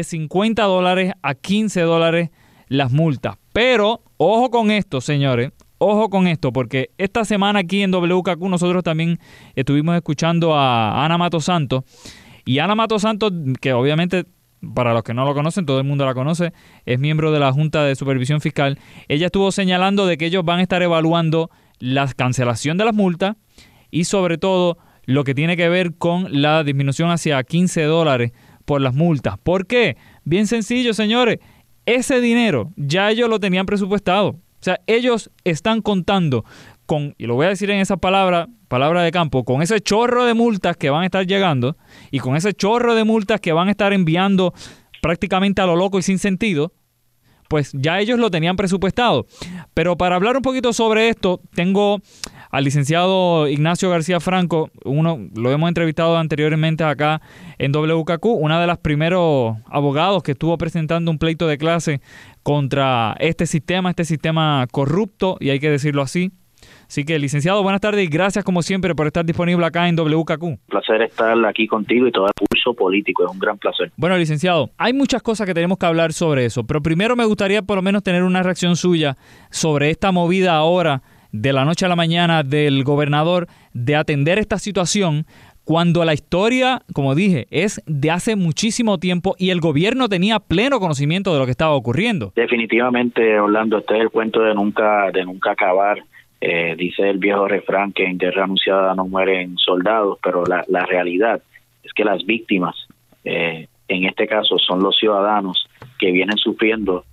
$50 a $15 las multas. Pero, ojo con esto, señores. Ojo con esto, porque esta semana aquí en WKQ nosotros también estuvimos escuchando a Ana Mato Santos. Y Ana Mato Santos, que obviamente, para los que no lo conocen, todo el mundo la conoce, es miembro de la Junta de Supervisión Fiscal. Ella estuvo señalando de que ellos van a estar evaluando la cancelación de las multas y sobre todo lo que tiene que ver con la disminución hacia $15 por las multas. ¿Por qué? Bien sencillo, señores. Ese dinero ya ellos lo tenían presupuestado. O sea, ellos están contando con, y lo voy a decir en esa palabra de campo, con ese chorro de multas que van a estar llegando y con ese chorro de multas que van a estar enviando prácticamente a lo loco y sin sentido, pues ya ellos lo tenían presupuestado. Pero para hablar un poquito sobre esto, tengo al licenciado Ignacio García Franco, lo hemos entrevistado anteriormente acá en WKQ, uno de los primeros abogados que estuvo presentando un pleito de clase contra este sistema corrupto, y hay que decirlo así. Así que, licenciado, buenas tardes y gracias como siempre por estar disponible acá en WKQ. Un placer estar aquí contigo y todo el pulso político, es un gran placer. Bueno, licenciado, hay muchas cosas que tenemos que hablar sobre eso, pero primero me gustaría por lo menos tener una reacción suya sobre esta movida ahora de la noche a la mañana del gobernador de atender esta situación cuando la historia, como dije, es de hace muchísimo tiempo y el gobierno tenía pleno conocimiento de lo que estaba ocurriendo. Definitivamente, Orlando, este es el cuento de nunca acabar. Dice el viejo refrán que en guerra anunciada no mueren soldados, pero la realidad es que las víctimas, en este caso, son los ciudadanos que vienen sufriendo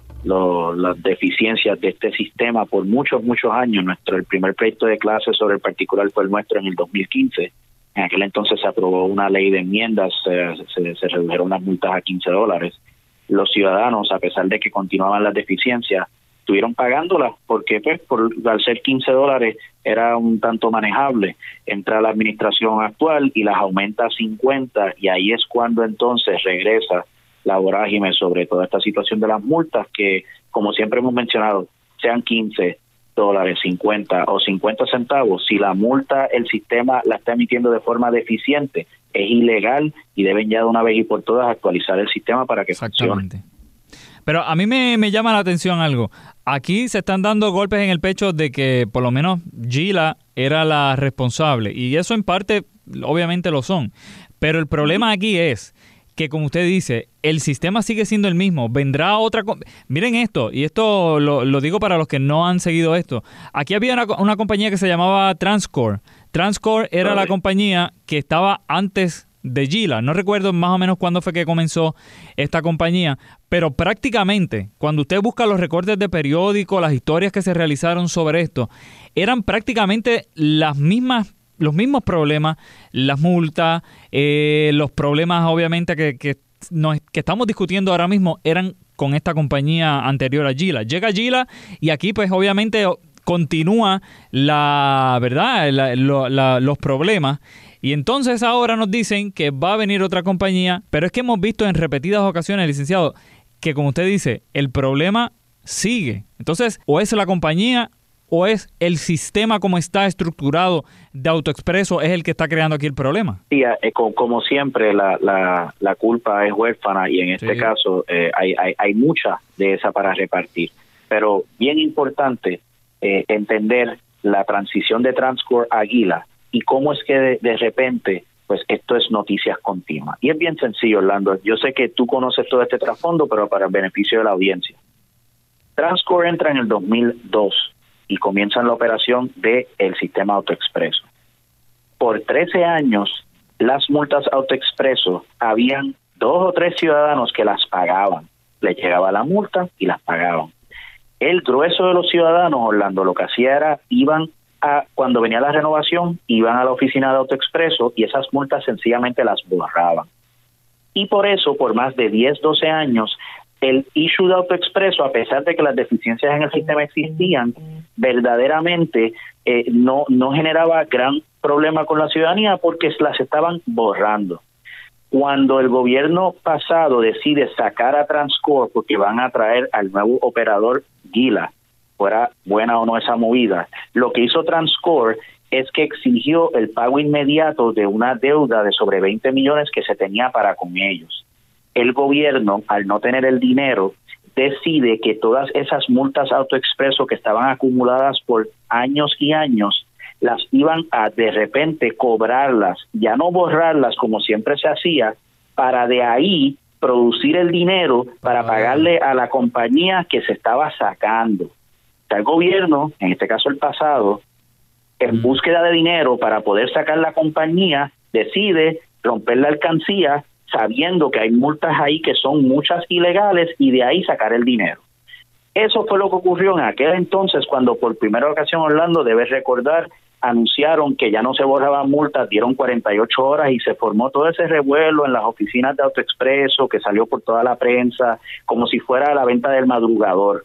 las deficiencias de este sistema por muchos años. El primer proyecto de clase sobre el particular fue el nuestro en el 2015. En aquel entonces se aprobó una ley de enmiendas, se redujeron las multas a $15. Los ciudadanos, a pesar de que continuaban las deficiencias, estuvieron pagándolas porque al ser $15 era un tanto manejable. Entra la administración actual y las aumenta a 50, y ahí es cuando entonces regresa la vorágine sobre toda esta situación de las multas que, como siempre hemos mencionado, sean $15, 50 o 50 centavos, si la multa el sistema la está emitiendo de forma deficiente, es ilegal y deben ya de una vez y por todas actualizar el sistema para que funcione. Pero a mí me llama la atención algo. Aquí se están dando golpes en el pecho de que por lo menos Gila era la responsable, y eso en parte obviamente lo son. Pero el problema aquí es que, como usted dice, el sistema sigue siendo el mismo. Vendrá otra... Miren esto, y esto lo digo para los que no han seguido esto. Aquí había una compañía que se llamaba Transcore. Transcore era la compañía que estaba antes de Gila. No recuerdo más o menos cuándo fue que comenzó esta compañía, pero prácticamente, cuando usted busca los recortes de periódico, las historias que se realizaron sobre esto, eran prácticamente los mismos problemas, las multas, los problemas obviamente que estamos discutiendo ahora mismo eran con esta compañía anterior a Gila. Llega Gila y aquí pues obviamente continúa los problemas, y entonces ahora nos dicen que va a venir otra compañía, pero es que hemos visto en repetidas ocasiones, licenciado, que como usted dice, el problema sigue. Entonces, o es la compañía o es el sistema como está estructurado de AutoExpreso es el que está creando aquí el problema. Sí, como siempre, la culpa es huérfana, y en este caso hay mucha de esa para repartir. Pero bien importante entender la transición de Transcore a Gila y cómo es que de repente pues esto es noticias continuas. Y es bien sencillo, Orlando. Yo sé que tú conoces todo este trasfondo, pero para el beneficio de la audiencia. Transcore entra en el 2002 y comienzan la operación del sistema AutoExpreso. Por 13 años, las multas AutoExpreso, habían 2 o 3 ciudadanos que las pagaban. Les llegaba la multa y las pagaban. El grueso de los ciudadanos, Orlando, lo que hacía era, cuando venía la renovación, iban a la oficina de AutoExpreso y esas multas sencillamente las borraban. Y por eso, por más de 10, 12 años, el issue de AutoExpreso, a pesar de que las deficiencias en el sistema existían, verdaderamente no generaba gran problema con la ciudadanía porque las estaban borrando. Cuando el gobierno pasado decide sacar a Transcorp porque van a traer al nuevo operador Gila, fuera buena o no esa movida, lo que hizo Transcorp es que exigió el pago inmediato de una deuda de sobre 20 millones que se tenía para con ellos. El gobierno, al no tener el dinero, decide que todas esas multas AutoExpreso que estaban acumuladas por años y años, las iban a de repente cobrarlas, ya no borrarlas como siempre se hacía, para de ahí producir el dinero para pagarle a la compañía que se estaba sacando. O sea, el gobierno, en este caso el pasado, en búsqueda de dinero para poder sacar la compañía, decide romper la alcancía sabiendo que hay multas ahí que son muchas ilegales y de ahí sacar el dinero. Eso fue lo que ocurrió en aquel entonces cuando por primera ocasión, Orlando, debes recordar, anunciaron que ya no se borraban multas, dieron 48 horas y se formó todo ese revuelo en las oficinas de AutoExpreso que salió por toda la prensa como si fuera la venta del madrugador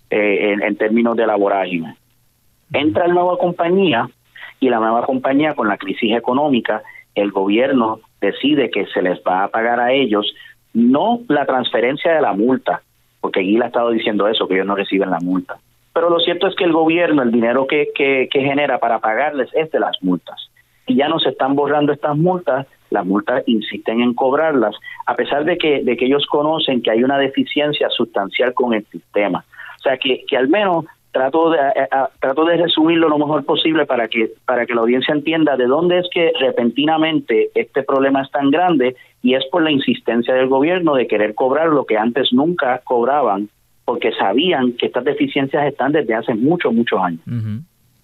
en términos de la vorágine. Entra la nueva compañía y la nueva compañía con la crisis económica, el gobierno decide que se les va a pagar a ellos no la transferencia de la multa, porque Gila ha estado diciendo eso, que ellos no reciben la multa. Pero lo cierto es que el gobierno, el dinero que genera para pagarles es de las multas. Y ya no se están borrando estas multas, las multas insisten en cobrarlas, a pesar de que ellos conocen que hay una deficiencia sustancial con el sistema. O sea, que al menos trato de resumirlo lo mejor posible para que la audiencia entienda de dónde es que repentinamente este problema es tan grande, y es por la insistencia del gobierno de querer cobrar lo que antes nunca cobraban, porque sabían que estas deficiencias están desde hace muchos años. Uh-huh.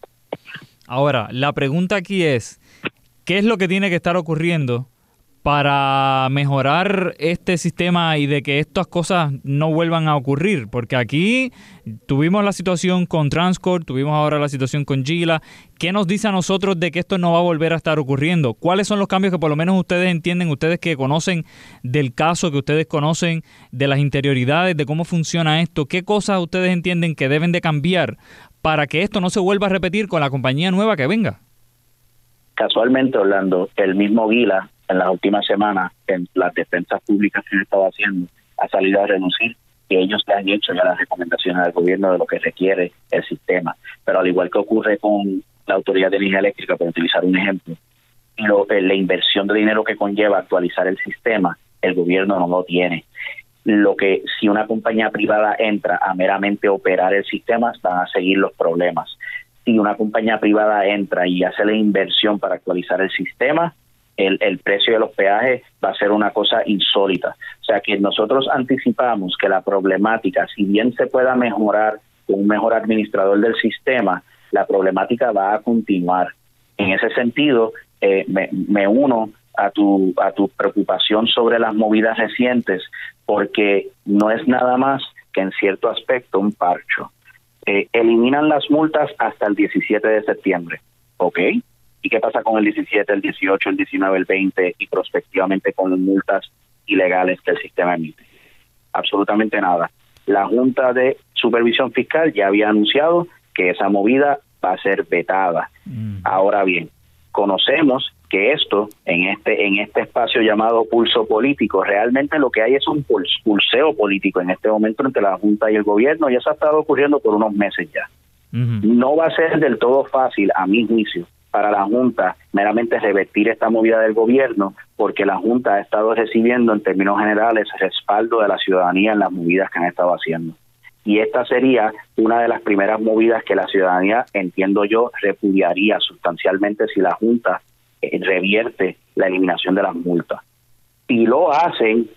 Ahora, la pregunta aquí es, ¿qué es lo que tiene que estar ocurriendo para mejorar este sistema y de que estas cosas no vuelvan a ocurrir? Porque aquí tuvimos la situación con Transcorp, tuvimos ahora la situación con Gila. ¿Qué nos dice a nosotros de que esto no va a volver a estar ocurriendo? ¿Cuáles son los cambios que por lo menos ustedes entienden, ustedes que conocen del caso, que ustedes conocen de las interioridades, de cómo funciona esto? ¿Qué cosas ustedes entienden que deben de cambiar para que esto no se vuelva a repetir con la compañía nueva que venga? Casualmente, Orlando, el mismo Gila, en las últimas semanas, en las defensas públicas que han estado haciendo, ha salido a renunciar, que ellos le han hecho ya las recomendaciones al gobierno de lo que requiere el sistema. Pero al igual que ocurre con la Autoridad de Energía Eléctrica, por utilizar un ejemplo, la inversión de dinero que conlleva actualizar el sistema, el gobierno no lo tiene. Lo que si una compañía privada entra a meramente operar el sistema, van a seguir los problemas. Si una compañía privada entra y hace la inversión para actualizar el sistema, el precio de los peajes va a ser una cosa insólita. O sea que nosotros anticipamos que la problemática, si bien se pueda mejorar con un mejor administrador del sistema, la problemática va a continuar. En ese sentido, me uno a tu preocupación sobre las movidas recientes, porque no es nada más que en cierto aspecto un parcho. Eliminan las multas hasta el 17 de septiembre, ¿ok? ¿Y qué pasa con el 17, el 18, el 19, el 20 y prospectivamente con las multas ilegales que el sistema emite? Absolutamente nada. La Junta de Supervisión Fiscal ya había anunciado que esa movida va a ser vetada. Ahora bien, conocemos que esto, en este espacio llamado pulso político, realmente lo que hay es un pulseo político en este momento entre la Junta y el gobierno, y eso ha estado ocurriendo por unos meses ya. Uh-huh. No va a ser del todo fácil, a mi juicio, para la Junta meramente revertir esta movida del gobierno, porque la Junta ha estado recibiendo en términos generales respaldo de la ciudadanía en las movidas que han estado haciendo. Y esta sería una de las primeras movidas que la ciudadanía, entiendo yo, repudiaría sustancialmente si la Junta revierte la eliminación de las multas. Si lo hacen,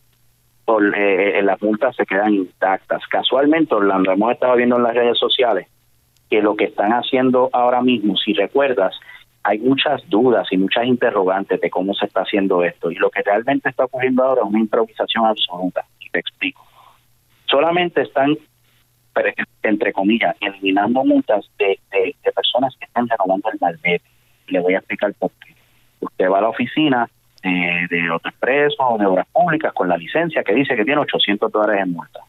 las multas se quedan intactas. Casualmente, Orlando, hemos estado viendo en las redes sociales que lo que están haciendo ahora mismo, si recuerdas, hay muchas dudas y muchas interrogantes de cómo se está haciendo esto. Y lo que realmente está ocurriendo ahora es una improvisación absoluta. Y te explico. Solamente están, entre comillas, eliminando multas de personas que están renovando el malvete. Y le voy a explicar por qué. Usted va a la oficina de AutoExpreso o de Obras Públicas con la licencia que dice que tiene $800 en multa.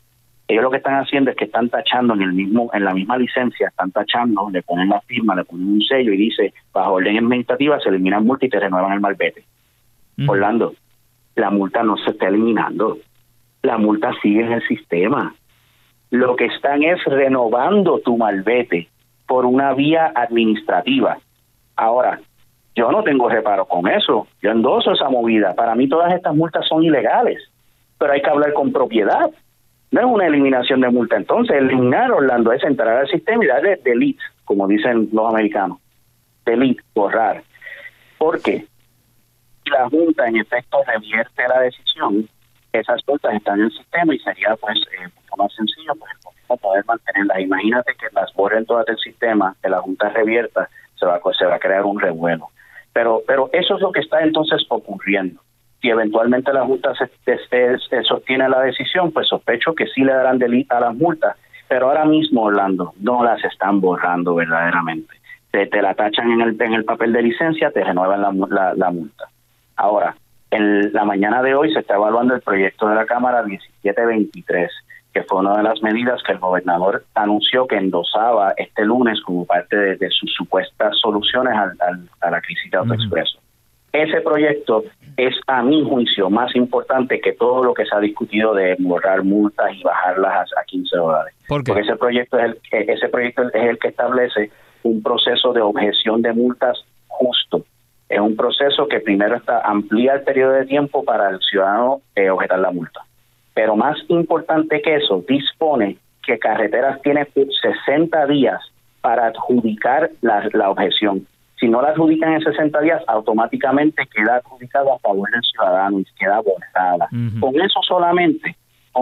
Ellos lo que están haciendo es que están tachando en la misma licencia, están tachando, le ponen la firma, le ponen un sello y dice, bajo orden administrativa se eliminan multa y te renuevan el malvete. Orlando, la multa no se está eliminando, la multa sigue en el sistema. Lo que están es renovando tu malvete por una vía administrativa. Ahora, yo no tengo reparo con eso, yo endoso esa movida. Para mí todas estas multas son ilegales, pero hay que hablar con propiedad. No es una eliminación de multa. Entonces, eliminar, Orlando, es entrar al sistema y darle delete, como dicen los americanos. Delete, borrar. ¿Por qué? Si la Junta, en efecto, revierte la decisión, esas multas están en el sistema y sería, pues, mucho más sencillo, pues, el gobierno poder mantenerlas. Imagínate que las borren todas del sistema, que la Junta revierta, se va a crear un revuelo. Pero eso es lo que está entonces ocurriendo. Si eventualmente la Junta se sostiene la decisión, pues sospecho que sí le darán delito a las multas, pero ahora mismo, Orlando, no las están borrando verdaderamente. Te la tachan en el papel de licencia, te renuevan la multa. Ahora, en la mañana de hoy se está evaluando el proyecto de la Cámara 1723, que fue una de las medidas que el gobernador anunció que endosaba este lunes como parte de sus supuestas soluciones a la crisis de AutoExpreso. Ese proyecto es, a mi juicio, más importante que todo lo que se ha discutido de borrar multas y bajarlas a $15. ¿Por qué? Porque ese proyecto es el que establece un proceso de objeción de multas justo. Es un proceso que primero amplía el periodo de tiempo para el ciudadano objetar la multa. Pero más importante que eso, dispone que Carreteras tiene 60 días para adjudicar la objeción. Si no la adjudican en 60 días, automáticamente queda adjudicado a favor del ciudadano y queda borrada. Con eso solamente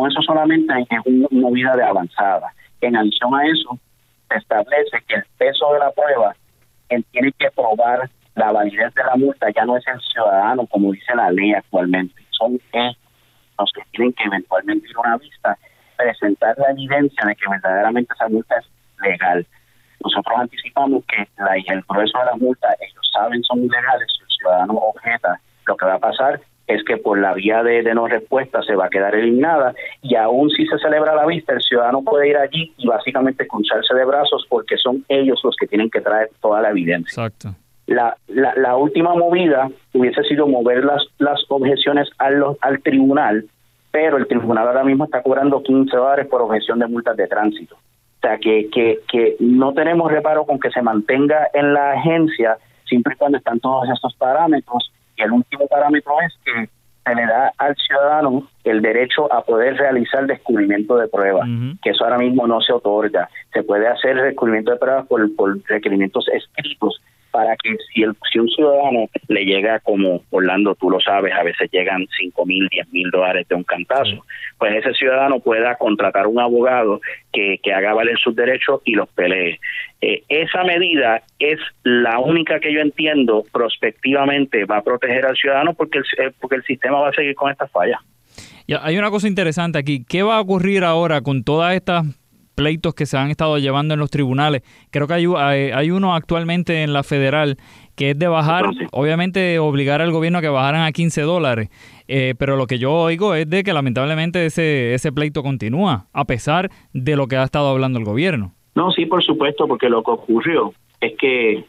es una movida de avanzada. En adición a eso, se establece que el peso de la prueba tiene que probar la validez de la multa, ya no es el ciudadano, como dice la ley actualmente. Son ellos los que tienen que eventualmente ir a una vista, presentar la evidencia de que verdaderamente esa multa es legal. Nosotros anticipamos que el grueso de las multas, ellos saben, son ilegales. Si el ciudadano objeta, lo que va a pasar es que por la vía de no respuesta se va a quedar eliminada, y aún si se celebra la vista, el ciudadano puede ir allí y básicamente cruzarse de brazos porque son ellos los que tienen que traer toda la evidencia. Exacto. La última movida hubiese sido mover las objeciones al tribunal, pero el tribunal ahora mismo está cobrando $15 por objeción de multas de tránsito. O sea, que no tenemos reparo con que se mantenga en la agencia siempre y cuando están todos estos parámetros. Y el último parámetro es que se le da al ciudadano el derecho a poder realizar descubrimiento de pruebas, que eso ahora mismo no se otorga. Se puede hacer descubrimiento de pruebas por requerimientos escritos, para que si un ciudadano le llega, como Orlando, tú lo sabes, a veces llegan $5,000, $10,000 de un cantazo, pues ese ciudadano pueda contratar un abogado que haga valer sus derechos y los pelee. Esa medida es la única que yo entiendo prospectivamente va a proteger al ciudadano, porque el sistema va a seguir con estas fallas. Ya, hay una cosa interesante aquí. ¿Qué va a ocurrir ahora con todas estas pleitos que se han estado llevando en los tribunales? Creo que hay uno actualmente en la federal que es de bajar, obviamente obligar al gobierno a que bajaran a $15, pero lo que yo oigo es de que lamentablemente ese pleito continúa, a pesar de lo que ha estado hablando el gobierno. No, sí, por supuesto, porque lo que ocurrió es que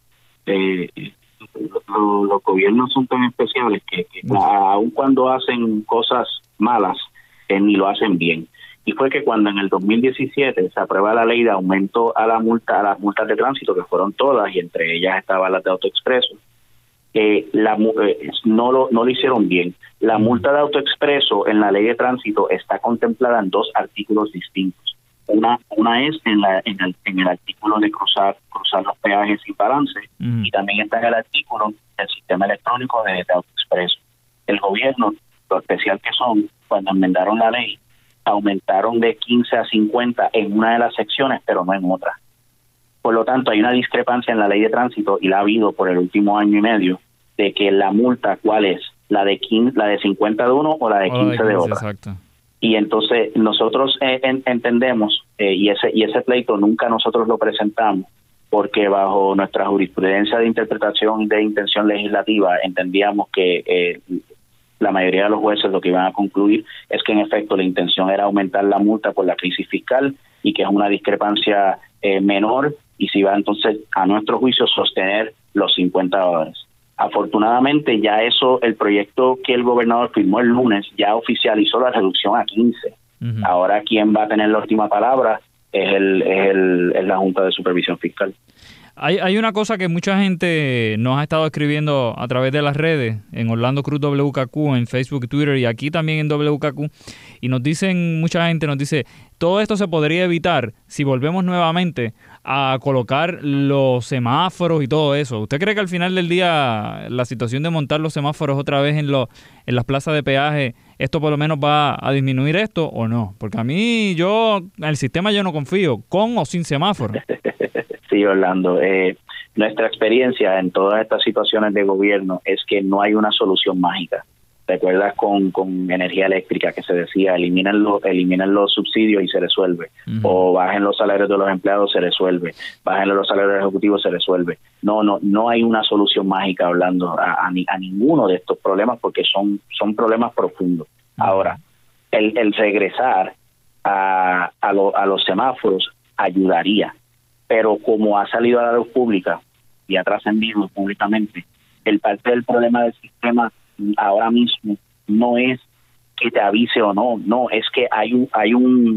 los gobiernos son tan especiales que aun cuando hacen cosas malas, ni lo hacen bien. Y fue que cuando en el 2017 se aprueba la ley de aumento a las multas de tránsito, que fueron todas, y entre ellas estaban las de AutoExpreso, no lo hicieron bien. La multa de AutoExpreso en la ley de tránsito está contemplada en 2 artículos distintos. Una es en el artículo de cruzar los peajes sin balance, y también está en el artículo del sistema electrónico de AutoExpreso. El gobierno, lo especial que son, cuando enmendaron la ley, aumentaron de 15 a 50 en una de las secciones, pero no en otra. Por lo tanto, hay una discrepancia en la ley de tránsito, y la ha habido por el último año y medio, de que la multa, ¿cuál es? ¿La de 50 de uno o la de 15 de otra? Exacto. Y entonces nosotros entendemos, y ese pleito nunca nosotros lo presentamos, porque bajo nuestra jurisprudencia de interpretación de intención legislativa entendíamos que la mayoría de los jueces lo que iban a concluir es que en efecto la intención era aumentar la multa por la crisis fiscal y que es una discrepancia menor y se iba entonces a nuestro juicio sostener los $50. Afortunadamente ya eso, el proyecto que el gobernador firmó el lunes ya oficializó la reducción a 15. Uh-huh. Ahora quien va a tener la última palabra es la Junta de Supervisión Fiscal. Hay una cosa que mucha gente nos ha estado escribiendo a través de las redes, en Orlando Cruz WKQ, en Facebook, Twitter y aquí también en WKQ, y mucha gente nos dice, todo esto se podría evitar si volvemos nuevamente a colocar los semáforos y todo eso. ¿Usted cree que al final del día la situación de montar los semáforos otra vez en las plazas de peaje, esto por lo menos va a disminuir esto o no? Porque a mí, el sistema yo no confío, con o sin semáforo. Sí, Orlando. Nuestra experiencia en todas estas situaciones de gobierno es que no hay una solución mágica. ¿Recuerdas con energía eléctrica que se decía, eliminen los subsidios y se resuelve? Uh-huh. O bajen los salarios de los empleados, se resuelve. Bajen los salarios ejecutivos, se resuelve. No hay una solución mágica, Orlando, a ninguno de estos problemas porque son problemas profundos. Uh-huh. Ahora, el regresar a los semáforos ayudaría. Pero como ha salido a la luz pública y ha trascendido públicamente, el parte del problema del sistema ahora mismo no es que te avise o no, es que hay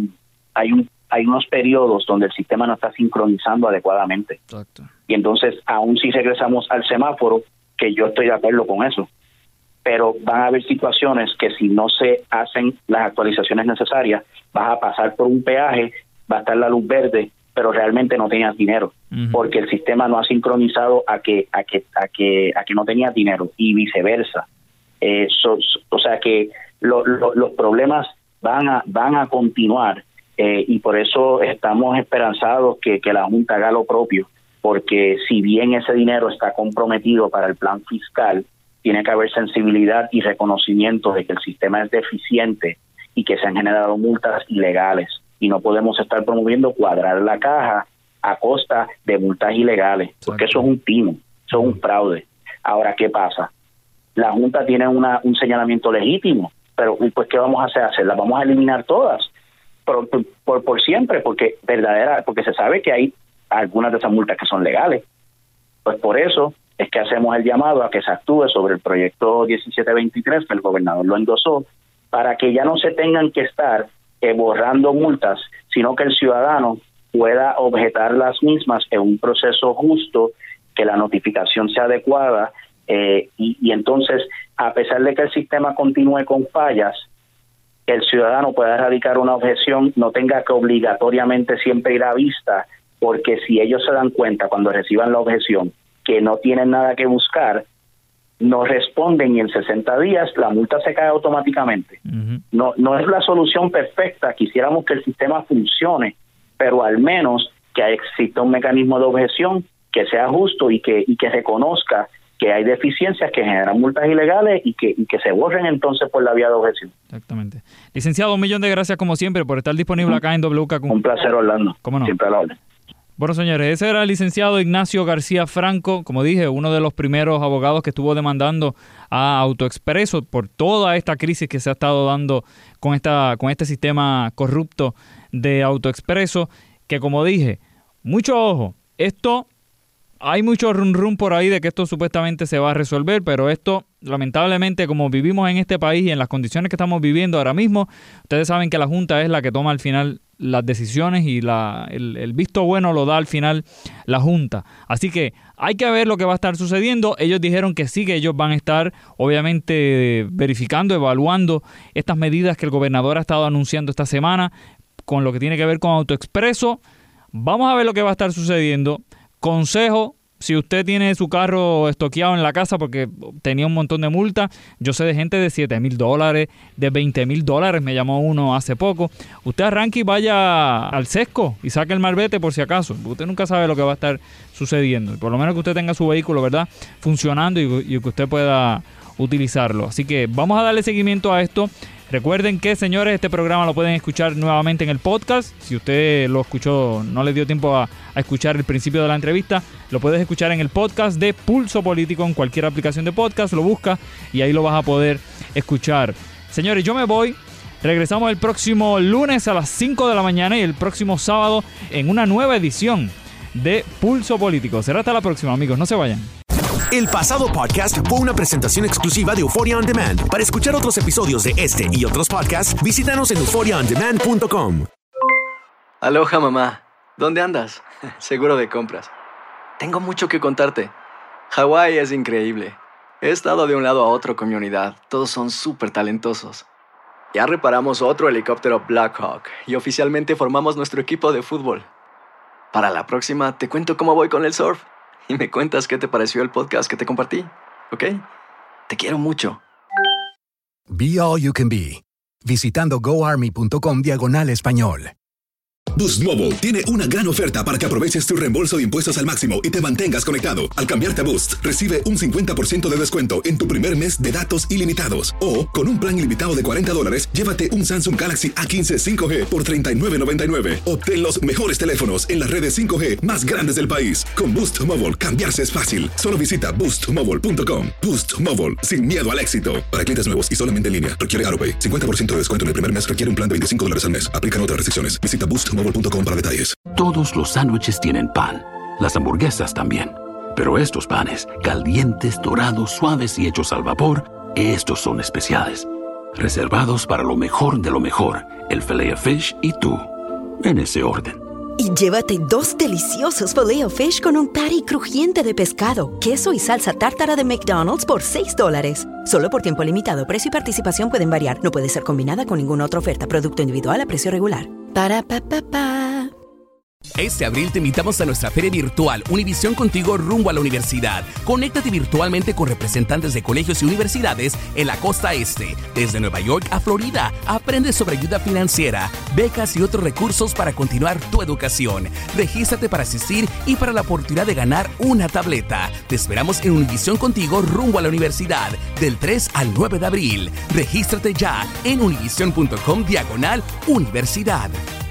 unos periodos donde el sistema no está sincronizando adecuadamente. Exacto. Y entonces, aún si regresamos al semáforo, que yo estoy de acuerdo con eso, pero van a haber situaciones que si no se hacen las actualizaciones necesarias, vas a pasar por un peaje, va a estar la luz verde, pero realmente no tenías dinero, uh-huh, porque el sistema no ha sincronizado a que no tenías dinero y viceversa. O sea que los problemas van a continuar y por eso estamos esperanzados que la Junta haga lo propio, porque si bien ese dinero está comprometido para el plan fiscal, tiene que haber sensibilidad y reconocimiento de que el sistema es deficiente y que se han generado multas ilegales. Y no podemos estar promoviendo cuadrar la caja a costa de multas ilegales, porque eso es un timo, eso es un fraude. Ahora, ¿qué pasa? La Junta tiene un señalamiento legítimo, pero pues ¿qué vamos a hacer? ¿Las vamos a eliminar todas? Por siempre, porque se sabe que hay algunas de esas multas que son legales. Pues por eso es que hacemos el llamado a que se actúe sobre el proyecto 1723, que el gobernador lo endosó, para que ya no se tengan que estar borrando multas, sino que el ciudadano pueda objetar las mismas en un proceso justo, que la notificación sea adecuada y entonces, a pesar de que el sistema continúe con fallas, el ciudadano pueda erradicar una objeción, no tenga que obligatoriamente siempre ir a vista, porque si ellos se dan cuenta cuando reciban la objeción que no tienen nada que buscar, no responden y en 60 días la multa se cae automáticamente. Uh-huh. No es la solución perfecta, quisiéramos que el sistema funcione, pero al menos que exista un mecanismo de objeción que sea justo y que reconozca que hay deficiencias que generan multas ilegales y que se borren entonces por la vía de objeción. Exactamente. Licenciado, 1,000,000 de gracias como siempre por estar disponible acá en WKQ. Un placer, Orlando. ¿Cómo no? Siempre a la orden. Bueno, señores, ese era el licenciado Ignacio García Franco, como dije, uno de los primeros abogados que estuvo demandando a AutoExpreso por toda esta crisis que se ha estado dando con este sistema corrupto de AutoExpreso, que como dije, mucho ojo, hay mucho rum por ahí de que esto supuestamente se va a resolver, pero esto, lamentablemente, como vivimos en este país y en las condiciones que estamos viviendo ahora mismo, ustedes saben que la Junta es la que toma al final las decisiones y el visto bueno lo da al final la Junta. Así que hay que ver lo que va a estar sucediendo. Ellos dijeron que sí, que ellos van a estar obviamente verificando, evaluando estas medidas que el gobernador ha estado anunciando esta semana con lo que tiene que ver con AutoExpreso. Vamos a ver lo que va a estar sucediendo. Consejo: si usted tiene su carro estoqueado en la casa porque tenía un montón de multas, yo sé de gente de $7,000, de $20,000, me llamó uno hace poco. Usted arranque y vaya al sesco y saque el marbete por si acaso. Usted nunca sabe lo que va a estar sucediendo. Por lo menos que usted tenga su vehículo, ¿verdad?, funcionando y que usted pueda utilizarlo. Así que vamos a darle seguimiento a esto. Recuerden que, señores, este programa lo pueden escuchar nuevamente en el podcast. Si usted lo escuchó, no le dio tiempo a escuchar el principio de la entrevista, lo puedes escuchar en el podcast de Pulso Político en cualquier aplicación de podcast. Lo busca y ahí lo vas a poder escuchar. Señores, yo me voy. Regresamos el próximo lunes a las 5 de la mañana y el próximo sábado en una nueva edición de Pulso Político. Será hasta la próxima, amigos. No se vayan. El pasado podcast fue una presentación exclusiva de Euphoria On Demand. Para escuchar otros episodios de este y otros podcasts, visítanos en euphoriaondemand.com. Aloha, mamá. ¿Dónde andas? Seguro de compras. Tengo mucho que contarte. Hawái es increíble. He estado de un lado a otro con mi unidad. Todos son súper talentosos. Ya reparamos otro helicóptero Black Hawk y oficialmente formamos nuestro equipo de fútbol. Para la próxima te cuento cómo voy con el surf y me cuentas qué te pareció el podcast que te compartí, ¿ok? Te quiero mucho. Be All You Can Be, visitando goarmy.com/español. Boost Mobile tiene una gran oferta para que aproveches tu reembolso de impuestos al máximo y te mantengas conectado. Al cambiarte a Boost, recibe un 50% de descuento en tu primer mes de datos ilimitados. O, con un plan ilimitado de $40, llévate un Samsung Galaxy A15 5G por $39.99. Obtén los mejores teléfonos en las redes 5G más grandes del país. Con Boost Mobile, cambiarse es fácil. Solo visita boostmobile.com. Boost Mobile, sin miedo al éxito. Para clientes nuevos y solamente en línea, requiere AutoPay. 50% de descuento en el primer mes requiere un plan de $25 al mes. Aplican otras restricciones. Visita boostmobile.com para detalles. Todos los sándwiches tienen pan. Las hamburguesas también. Pero estos panes, calientes, dorados, suaves y hechos al vapor, estos son especiales. Reservados para lo mejor de lo mejor. El Filet-O-Fish y tú. En ese orden. Y llévate 2 deliciosos Filet-O-Fish con un patty crujiente de pescado, queso y salsa tártara de McDonald's por $6. Solo por tiempo limitado. Precio y participación pueden variar. No puede ser combinada con ninguna otra oferta. Producto individual a precio regular. Para pa pa pa. Este abril te invitamos a nuestra feria virtual Univisión Contigo rumbo a la universidad. Conéctate virtualmente con representantes de colegios y universidades en la costa este, desde Nueva York a Florida. Aprende sobre ayuda financiera, becas y otros recursos para continuar tu educación. Regístrate para asistir y para la oportunidad de ganar una tableta. Te esperamos en Univisión Contigo rumbo a la universidad del 3 al 9 de abril. Regístrate ya en univision.com/universidad.